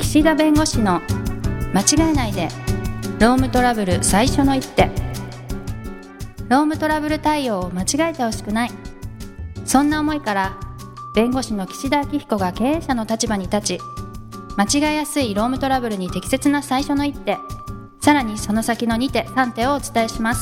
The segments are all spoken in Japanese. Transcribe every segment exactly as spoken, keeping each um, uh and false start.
岸田弁護士の間違えないでロームトラブル最初の一手。ロームトラブル対応を間違えてほしくない、そんな思いから弁護士の岸田明彦が経営者の立場に立ち、間違えやすいロームトラブルに適切な最初の一手、さらにその先のに手さん手をお伝えします。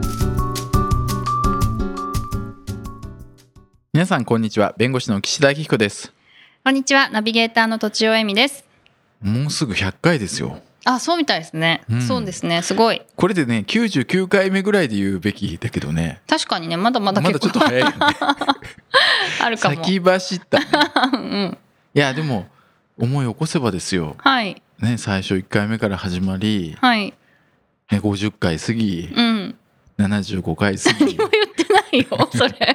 皆さんこんにちは。弁護士の岸田明彦です。 こんにちは。ナビゲーターのとちおえみです。 もうすぐひゃっかいですよ。 あ、そうみたいですね、うん、そうですね、すごい。これでねきゅうじゅうきゅうかいめぐらいで言うべきだけどね。 確かにね、まだまだ結構まだちょっと早いよねあるかも。 先走った、ねうん、いやでも思い起こせばですよ、 はいね、最初いっかいめから始まり、 はいね、ごじゅっかい過ぎ、 うん、 ななじゅうごかい過ぎ。 何も言ってないよそれ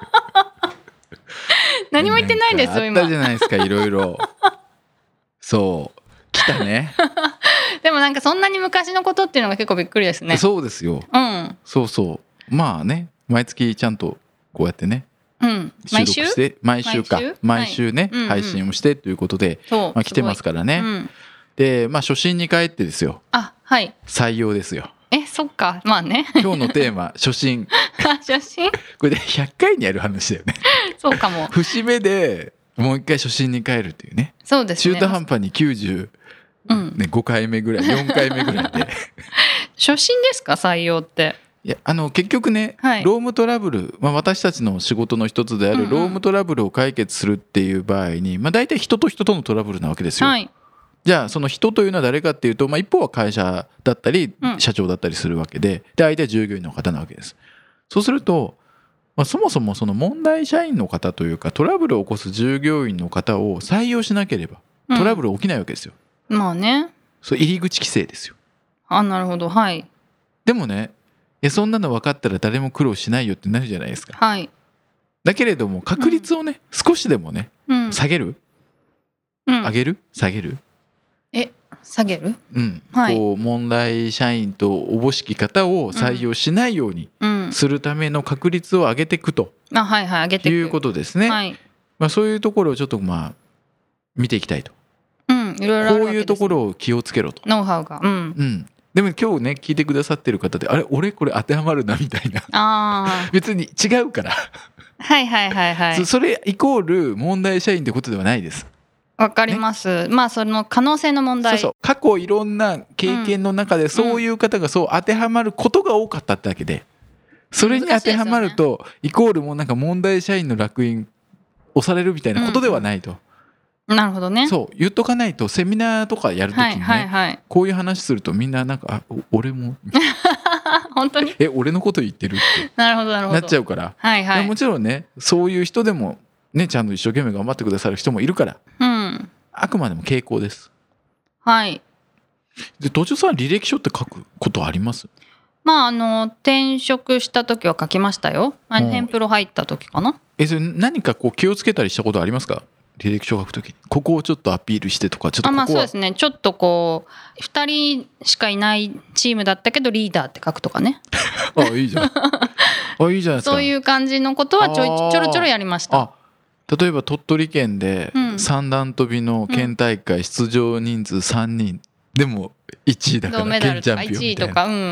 何も言ってないですよ今。 あったじゃないですかいろいろそう来たねでもなんかそんなに昔のことっていうのが結構びっくりですね。 そうですよ、 うん、 そうそうまあね毎月ちゃんとこうやってね、 うん、 収録して毎週か毎週毎週ね、はい、配信をしてということで、まあ、来てますからね、うん、でまあ初心に帰ってですよ。 あ、はい、 採用ですよ。 え、そっか、まあね今日のテーマ初心初心これでひゃっかいにやる話だよねそうかも。 節目でもう一回初心に帰るっていうね。 そうですね、 中途半端にきゅうじゅうごかいめぐらい、よんかいめぐらいで初心ですか採用って。 いやあの結局ね、はい、ロームトラブル、まあ、私たちの仕事の一つであるロームトラブルを解決するっていう場合に、まあ、大体人と人とのトラブルなわけですよ、はい、じゃあその人というのは誰かっていうと、まあ、一方は会社だったり社長だったりするわけで、で相手は従業員の方なわけです。そうすると、まあ、そもそもその問題社員の方というかトラブルを起こす従業員の方を採用しなければトラブル起きないわけですよ、 うん、まあね、 そう入り口規制ですよ。 あ、なるほど、はい。でもね、えそんなの分かったら誰も苦労しないよってなるじゃないですか、 はい。 だけれども確率をね、うん、少しでもね、うん、下げる、うん、上げる下げるえ下げる、 うんはい、こう問題社員とおぼしき方を採用しないようにするための確率を上げていくと、 うん、あ、はいはい、上げていくいうことですね、はい。まあ、そういうところをちょっとまあ見ていきたいと、 うん、いろいろあるわけですね。 こういうところを気をつけろと、 ノウハウが、うん、 うん、でも今日ね聞いてくださってる方であれ俺これ当てはまるなみたいなあ別に違うからはいはいはいはいそ, それイコール問題社員ってことではないです。 わかります、ね、まあその可能性の問題、 そうそう過去いろんな経験の中でそういう方がそう当てはまることが多かったってだけで、それに当てはまるとイコールもうなんか問題社員の烙印押されるみたいなことではないと、 うん、なるほどね。 そう言っとかないとセミナーとかやるときにね、はいはいはい、こういう話するとみんななんかあ俺も本当にえ俺のこと言ってるってなるほどなるほどなっちゃうから、 はいはい、 もちろんねそういう人でもねちゃんと一生懸命頑張ってくださる人もいるから、うん、あくまでも傾向です。 はい。 で途中さん履歴書って書くことあります？ まああの転職した時は書きましたよ。ヘンプロ入った時かな。 えそれ何かこう気をつけたりしたことありますか？履歴書書くときにここをちょっとアピールしてとかちょっとここはあ、 まあそうですね、ちょっとこうふたりしかいないチームだったけどリーダーって書くとかねあいいじゃんあいいじゃないですか。 そういう感じのことはちょいちょろちょろやりました。 あ例えば鳥取県で三段跳びの県大会出場人数さんにん、うん、でもいちいだから県チャンピオンみたいな、いちいとか、うんうん、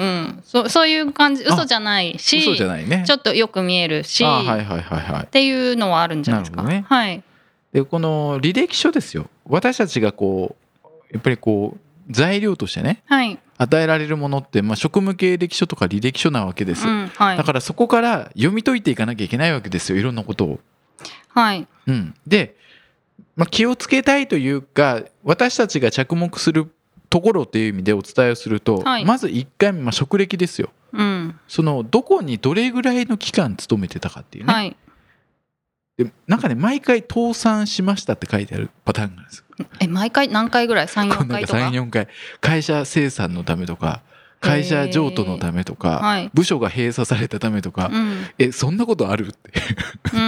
そ, そういう感じ、嘘じゃないし嘘じゃないね、 ちょっとよく見えるし、 はいはいはいはい、 っていうのはあるんじゃないですか。なるほどね、はい。 でこの履歴書ですよ、私たちがこうやっぱりこう材料としてね、はい、与えられるものって、まあ、職務経歴書とか履歴書なわけです、うんはい、だからそこから読み解いていかなきゃいけないわけですよ、いろんなことを、はいうん、で、まあ、気をつけたいというか私たちが着目するところという意味でお伝えをすると、はい、まずいっかいめ、まあ、職歴ですよ、うん、そのどこにどれぐらいの期間勤めてたかっていうね、はいでなんかね毎回倒産しましたって書いてあるパターンなんです。 え毎回何回ぐらい さん,よん 回とかさん、よんかい会社清算のためとか会社譲渡のためとか、はい、部署が閉鎖されたためとか、うん、えそんなことあるってうん、うん、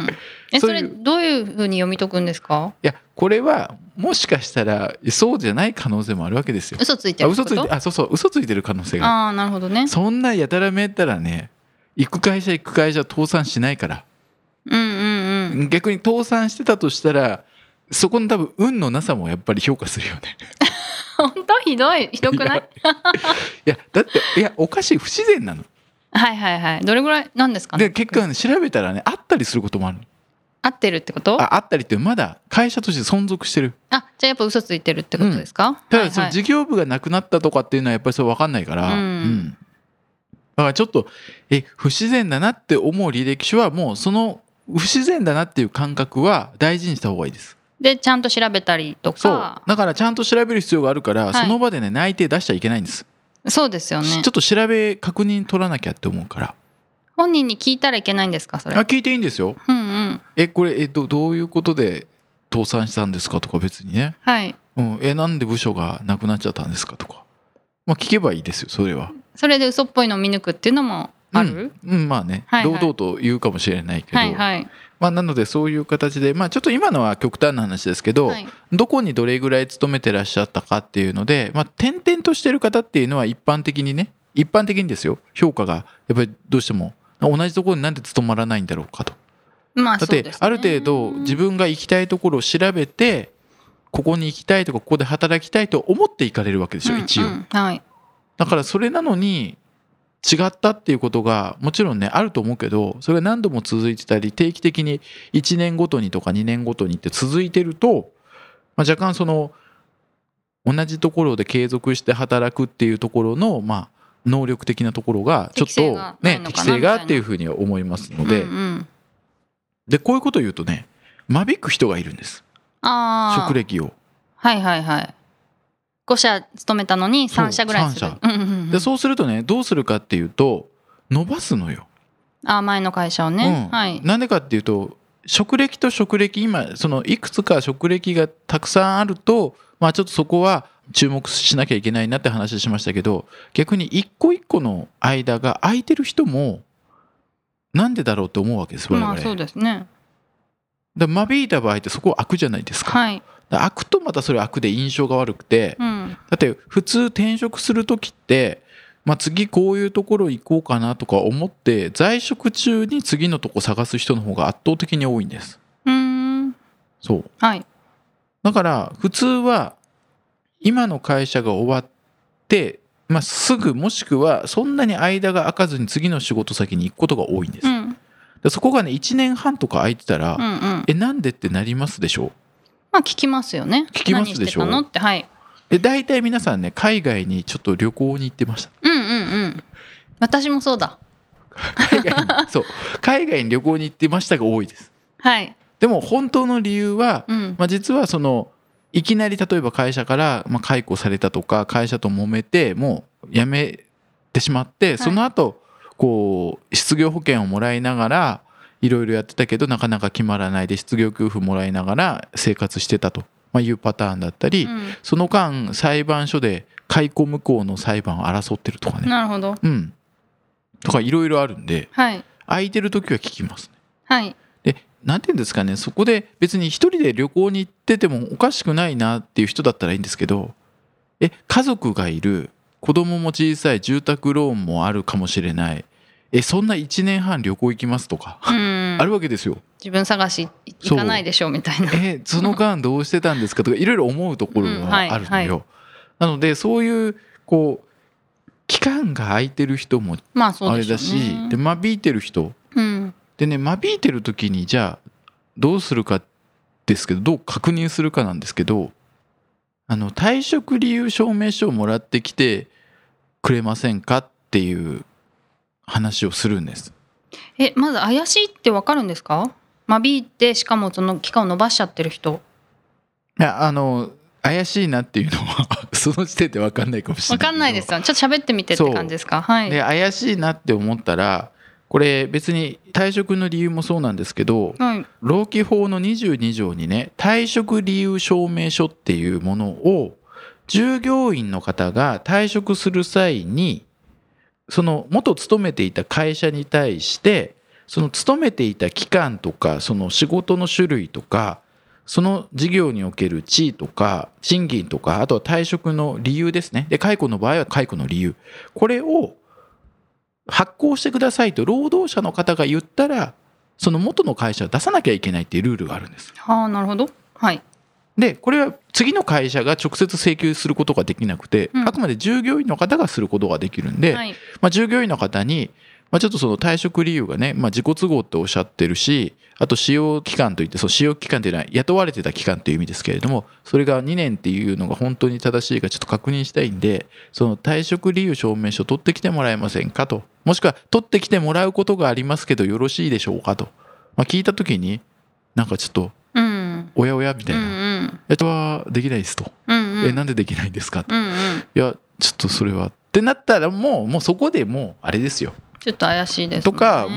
えそれどういうふうに読み解くんですか？ いやこれはもしかしたらそうじゃない可能性もあるわけですよ。 嘘ついてること？あ嘘ついてあそうそう嘘ついてる可能性がああなるほどね。 そんなやたらめったらね行く会社行く会社倒産しないから、うんうんうん、逆に倒産してたとしたらそこの多分運のなさもやっぱり評価するよね本当ひどいひどくない？いや, いやだっていやおかしい不自然なの。 はいはいはい。どれぐらいなんですかね。 で結果、ね、調べたらねあったりすることもある。 合ってるってこと？ ああったりってまだ会社として存続してる。 あじゃあやっぱ嘘ついてるってことですか？うん、 ただその事業部がなくなったとかっていうのはやっぱりそれ分かんないから、うんうん、だからちょっとえ不自然だなって思う履歴書はもうその不自然だなっていう感覚は大事にした方がいいです。 でちゃんと調べたりとか。 そうだからちゃんと調べる必要があるから、はい、その場でね内定出しちゃいけないんです。 そうですよね。 ちょっと調べ確認取らなきゃって思うから。 本人に聞いたらいけないんですかそれ？ あ聞いていいんですよ、 うんうん、 えこれえ ど, どういうことで倒産したんですかとか別にね、 はいうん、えなんで部署がなくなっちゃったんですかとか、まあ、聞けばいいですよそれは。 それで嘘っぽいのを見抜くっていうのもある、 うん、うん、まあね、はいはい、堂々と言うかもしれないけど、 はいはいまあ、なのでそういう形で、まあ、ちょっと今のは極端な話ですけど、はい、どこにどれぐらい勤めてらっしゃったかっていうので、まあ、転々としてる方っていうのは一般的にね一般的にですよ評価がやっぱりどうしても同じところになんで勤まらないんだろうかと、 まあ、 だってある程度自分が行きたいところを調べてここに行きたいとかここで働きたいと思って行かれるわけですよ、うんうん、一応、はい、だからそれなのに違ったっていうことがもちろんねあると思うけど、それが何度も続いてたり定期的にいちねんごとにとかにねんごとにって続いてると、まあ、若干その同じところで継続して働くっていうところのまあ能力的なところがちょっとね適性がっていうふうには思いますので、うんうん、でこういうことを言うとね間引く人がいるんです。あ職歴をはいはいはいご社勤めたのにさん社ぐらいする。 そうさん社でそうするとねどうするかっていうと伸ばすのよ。 あ前の会社をね、 うんはい、 なんでかっていうと職歴と職歴今そのいくつか職歴がたくさんあるとまあちょっとそこは注目しなきゃいけないなって話しましたけど、逆に一個一個の間が空いてる人もなんでだろうと思うわけです。 まあそうですね。 だ間引いた場合ってそこは悪じゃないですか、はい、だ悪とまたそれ悪で印象が悪くて、うん、だって普通転職する時って、まあ、次こういうところ行こうかなとか思って在職中に次のとこ探す人の方が圧倒的に多いんです。 うーんそう、 はい、 だから普通は今の会社が終わって、まあ、すぐもしくはそんなに間が空かずに次の仕事先に行くことが多いんです、うん、でそこがねいちねんはんとか空いてたら、うんうん、えなんでってなりますでしょう。 まあ聞きますよね。 聞きますでしょう。 何してたのって、はい、 で大体皆さんね海外にちょっと旅行に行ってました。 うんうんうん私もそうだ海外にそう海外に旅行に行ってましたが多いです。 はいでも本当の理由は、うんまあ、実はそのいきなり例えば会社からまあ解雇されたとか会社と揉めてもう辞めてしまってその後こう失業保険をもらいながらいろいろやってたけどなかなか決まらないで失業給付もらいながら生活してたというパターンだったり、うん、その間裁判所で解雇無効の裁判を争ってるとかね。 なるほど、 うん、とかいろいろあるんで、 はい、 空いてる時は聞きますね。 はいなんていうんですかね、そこで別に一人で旅行に行っててもおかしくないなっていう人だったらいいんですけど、え家族がいる子供も小さい住宅ローンもあるかもしれない、えそんないちねんはん旅行行きますとかあるわけですよ。 自分探し行かないでしょみたいな。 えその間どうしてたんですかとかいろいろ思うところがあるのよ、うんはいはい、なのでそういうこう期間が空いてる人もあれだし、まあ、で間引いてる人、うんでね、間引いてる時にじゃあどうするかですけどどう確認するかなんですけど、あの退職理由証明書をもらってきてくれませんかっていう話をするんです。 えまず怪しいって分かるんですか？間引いてしかもその期間を延ばしちゃってる人。 いやあの怪しいなっていうのはその時点で分かんないかもしれない。 分かんないですよ。ちょっと喋ってみてって感じですか？はい、 で怪しいなって思ったらこれ別に退職の理由もそうなんですけど、はい、労基法のにじゅうに条にね退職理由証明書っていうものを従業員の方が退職する際にその元勤めていた会社に対してその勤めていた期間とかその仕事の種類とかその事業における地位とか賃金とかあとは退職の理由ですね。で解雇の場合は解雇の理由これを発行してくださいと労働者の方が言ったらその元の会社は出さなきゃいけないっていうルールがあるんです。 はあなるほど、はい、 でこれは次の会社が直接請求することができなくて、うん、あくまで従業員の方がすることができるんで、はい、まあ、従業員の方に、まあ、ちょっとその退職理由がね、まあ、自己都合っておっしゃってるし、あと使用期間といって、その使用期間というのは雇われてた期間という意味ですけれども、それがにねんっていうのが本当に正しいかちょっと確認したいんで、その退職理由証明書取ってきてもらえませんかと、もしくは取ってきてもらうことがありますけどよろしいでしょうかと、まあ、聞いた時になんかちょっと、うん、おやおやみたいな、うんうん、えっとはできないですと、うんうん、えなんでできないんですかと、うんうん、いやちょっとそれはってなったらもうもうそこでもうあれですよ、 ちょっと怪しいですねとか、うん、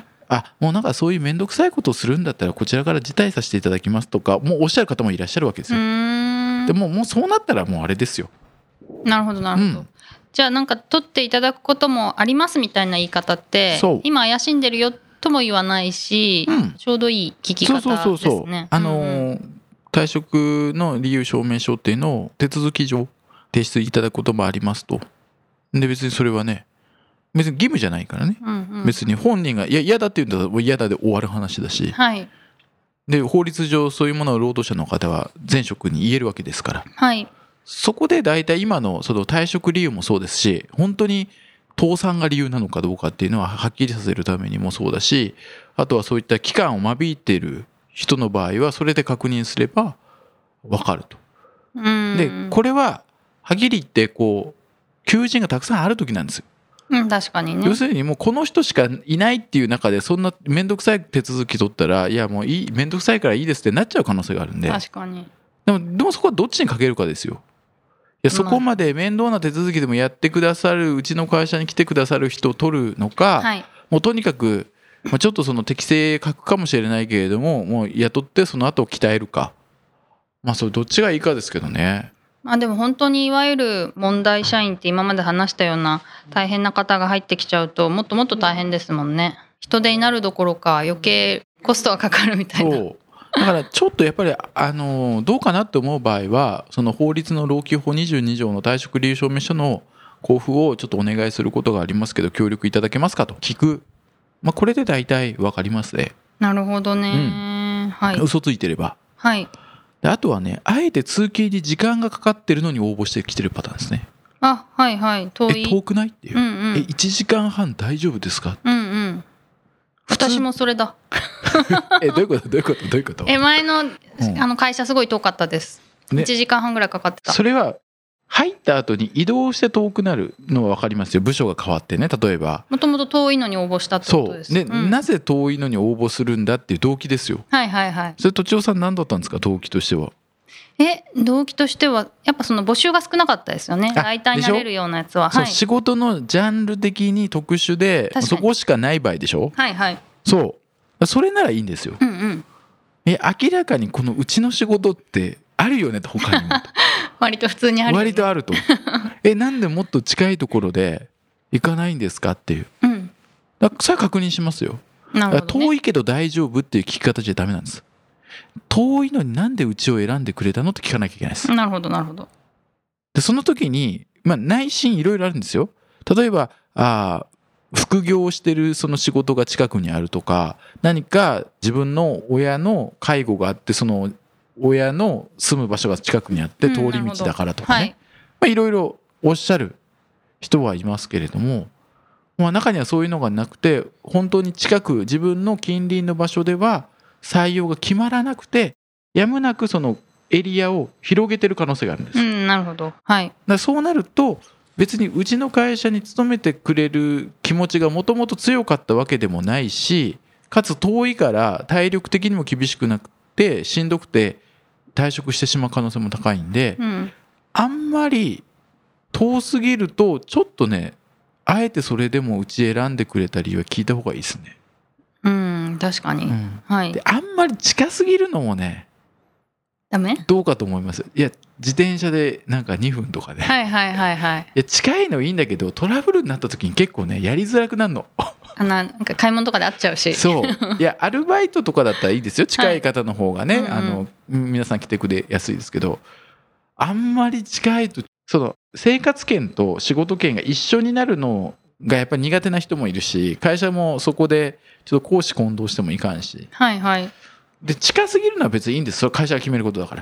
あもうなんかそういう面倒くさいことをするんだったらこちらから辞退させていただきますとかもうおっしゃる方もいらっしゃるわけですよ。でももうそうなったらもうあれですよ。 なるほどなるほど、うん、じゃあなんか取っていただくこともありますみたいな言い方って今怪しんでるよとも言わないし、うん、ちょうどいい聞き方ですね。そうそうそうそう、 あのーうん、退職の理由証明書っていうのを手続き上提出いただくこともありますと。で別にそれはね別に義務じゃないからね、うんうん、別に本人がいや嫌だって言うんだったら嫌だで終わる話だし、はい、で法律上そういうものを労働者の方は前職に言えるわけですから、はい、そこで大体今のその退職理由もそうですし、本当に倒産が理由なのかどうかっていうのははっきりさせるためにもそうだし、あとはそういった期間を間引いている人の場合はそれで確認すれば分かると。うんでこれははっきり言ってこう求人がたくさんある時なんですよ。 うん、確かにね。 要するにもうこの人しかいないっていう中でそんな面倒くさい手続き取ったらいやもういい面倒くさいからいいですってなっちゃう可能性があるんで。 確かに。 でもでもそこはどっちにかけるかですよ。いやそこまで面倒な手続きでもやってくださるうちの会社に来てくださる人を取るのか、はい、もうとにかく、まあ、ちょっとその適正欠くかもしれないけれどももう雇ってその後鍛えるか、まあそれどっちがいいかですけどね。 まあでも本当にいわゆる問題社員って今まで話したような大変な方が入ってきちゃうともっともっと大変ですもんね。人手になるどころか余計コストがかかるみたいな。 そうだからちょっとやっぱりあのどうかなと思う場合はその法律の労基法にじゅうに条の退職理由証明書の交付をちょっとお願いすることがありますけど協力いただけますかと聞く、まあ、これで大体分かりますね。 なるほどね、 うんはい、嘘ついてれば、 はい、 であとはねあえて通勤に時間がかかってるのに応募してきてるパターンですね。 あはいはい遠いえ遠くないっていう、うんうん、えいちじかんはん大丈夫ですか、 うんうん、私もそれだえどういうことどういうことどういうことえ前の、うん、あの会社すごい遠かったです、ね、いちじかんはんぐらいかかってた。 それは入った後に移動して遠くなるのは分かりますよ。部署が変わってね。例えばもともと遠いのに応募したってことです。 そうで、うん、なぜ遠いのに応募するんだっていう動機ですよ。 はいはいはい。 それとちおさん何だったんですか動機としては。 え動機としてはやっぱその募集が少なかったですよね。大体になれるようなやつは、 はい、そう仕事のジャンル的に特殊でそこしかない場合でしょ。 はいはい。 そうそれならいいんですよ、うんうん、え明らかにこのうちの仕事ってあるよねと他にも割と普通にあるよね、 割とあるとえなんでもっと近いところで行かないんですかっていう、うん、だそれは確認しますよ。なるほどね、遠いけど大丈夫っていう聞き方じゃダメなんです。遠いのになんでうちを選んでくれたのって聞かなきゃいけないです。 なるほどなるほど。 でその時に、まあ、内心いろいろあるんですよ。例えばあ副業をしてるその仕事が近くにあるとか何か自分の親の介護があってその親の住む場所が近くにあって通り道だからとかね、まあいろいろおっしゃる人はいますけれども、まあ、中にはそういうのがなくて本当に近く自分の近隣の場所では採用が決まらなくてやむなくそのエリアを広げてる可能性があるんです。 うん、なるほど、はい、だからそうなると別にうちの会社に勤めてくれる気持ちがもともと強かったわけでもないしかつ遠いから体力的にも厳しくなくてしんどくて退職してしまう可能性も高いんで、うん、あんまり遠すぎるとちょっとねあえてそれでもうち選んでくれた理由は聞いた方がいいですね。 うん確かに、うんはい、 であんまり近すぎるのもねダメどうかと思います。いや自転車でなんかにふんとかで、 はいはいはいはい、 いや近いのいいんだけどトラブルになった時に結構ねやりづらくなるのあなんか買い物とかで会っちゃうしそういやアルバイトとかだったらいいですよ近い方の方がね、はい、あの皆さん来てくれやすいですけどあんまり近いとその生活圏と仕事圏が一緒になるのがやっぱり苦手な人もいるし会社もそこでちょっと公私混同してもいかんし、 はいはい、 で近すぎるのは別にいいんです。それ会社が決めることだから、うん、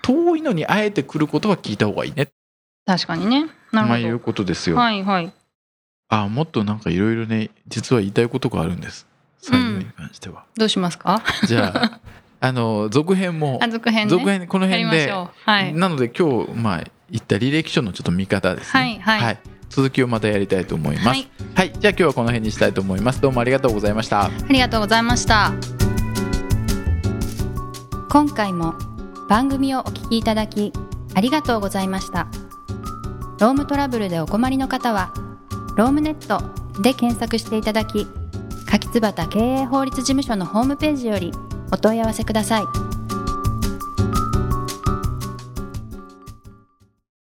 遠いのにあえて来ることは聞いた方がいいね。 確かにね。なるほど。 まあいうことですよ。 はいはい。 あ、もっとなんかいろいろね、実は言いたいことがあるんです。採用に関しては。うん、 どうしますか？ じゃあ、あの続編もあ続編、ね、 続編この辺で、 はい、 なので今日まあ言った履歴書のちょっと見方ですね。 はいはい。はい、 続きをまたやりたいと思います。はい、はい、じゃあ今日はこの辺にしたいと思います。どうもありがとうございました。 ありがとうございました。今回も番組をお聞きいただきありがとうございました。ロームトラブルでお困りの方はロームネットで検索していただき、柿椿経営法律事務所のホームページよりお問い合わせください。